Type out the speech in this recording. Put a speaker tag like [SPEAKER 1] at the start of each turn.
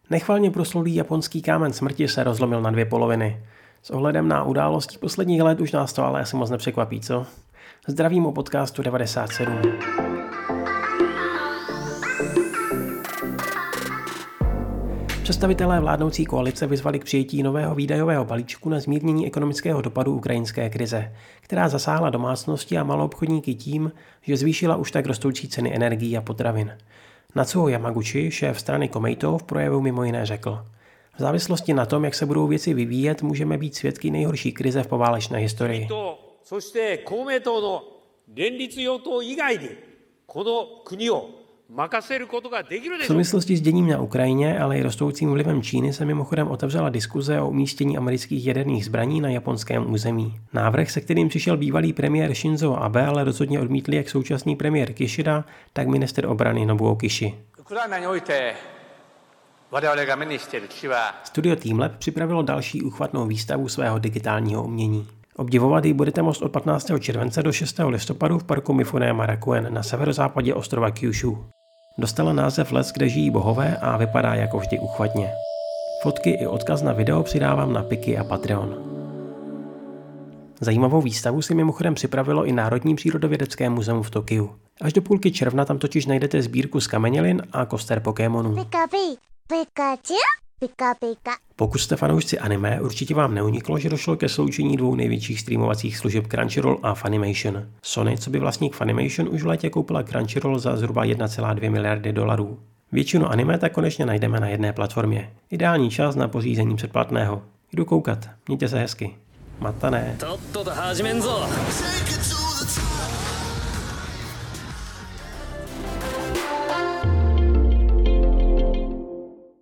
[SPEAKER 1] Nechvalně proslulý japonský kámen smrti se rozlomil na dvě poloviny. S ohledem na události posledních let už nás to ale asi moc nepřekvapí, co? Zdravím u podcastu 97. Představitelé vládnoucí koalice vyzvali k přijetí nového výdajového balíčku na zmírnění ekonomického dopadu ukrajinské krize, která zasáhla domácnosti a maloobchodníky tím, že zvýšila už tak rostoucí ceny energií a potravin. Natsuo Yamaguchi, šéf strany Komeito, v projevu mimo jiné řekl: v závislosti na tom, jak se budou věci vyvíjet, můžeme být svědky nejhorší krize v poválečné historii. V souvislosti s děním na Ukrajině, ale i rostoucím vlivem Číny se mimochodem otevřela diskuze o umístění amerických jaderných zbraní na japonském území. Návrh, se kterým přišel bývalý premiér Shinzo Abe, ale rozhodně odmítli jak současný premiér Kishida, tak ministr obrany Nobuo Kishi. Studio Teamlab připravilo další úchvatnou výstavu svého digitálního umění. Obdivovat ji budete moct od 15. července do 6. listopadu v parku Mifune Marakuen na severozápadě ostrova Kyushu. Dostala název Les, kde žijí bohové a vypadá jako vždy úchvatně. Fotky i odkaz na video přidávám na Piki a Patreon. Zajímavou výstavu si mimochodem připravilo i Národní přírodovědecké muzeum v Tokiu. Až do půlky června tam totiž najdete sbírku z kamenělin a koster Pokémonů. Pokud jste fanoušci anime, určitě vám neuniklo, že došlo ke sloučení dvou největších streamovacích služeb Crunchyroll a Funimation. Sony, co by vlastník Funimation, už v létě koupila Crunchyroll za zhruba 1,2 miliardy dolarů. Většinu anime tak konečně najdeme na jedné platformě. Ideální čas na pořízení předplatného. Jdu koukat, mějte se hezky. Matané.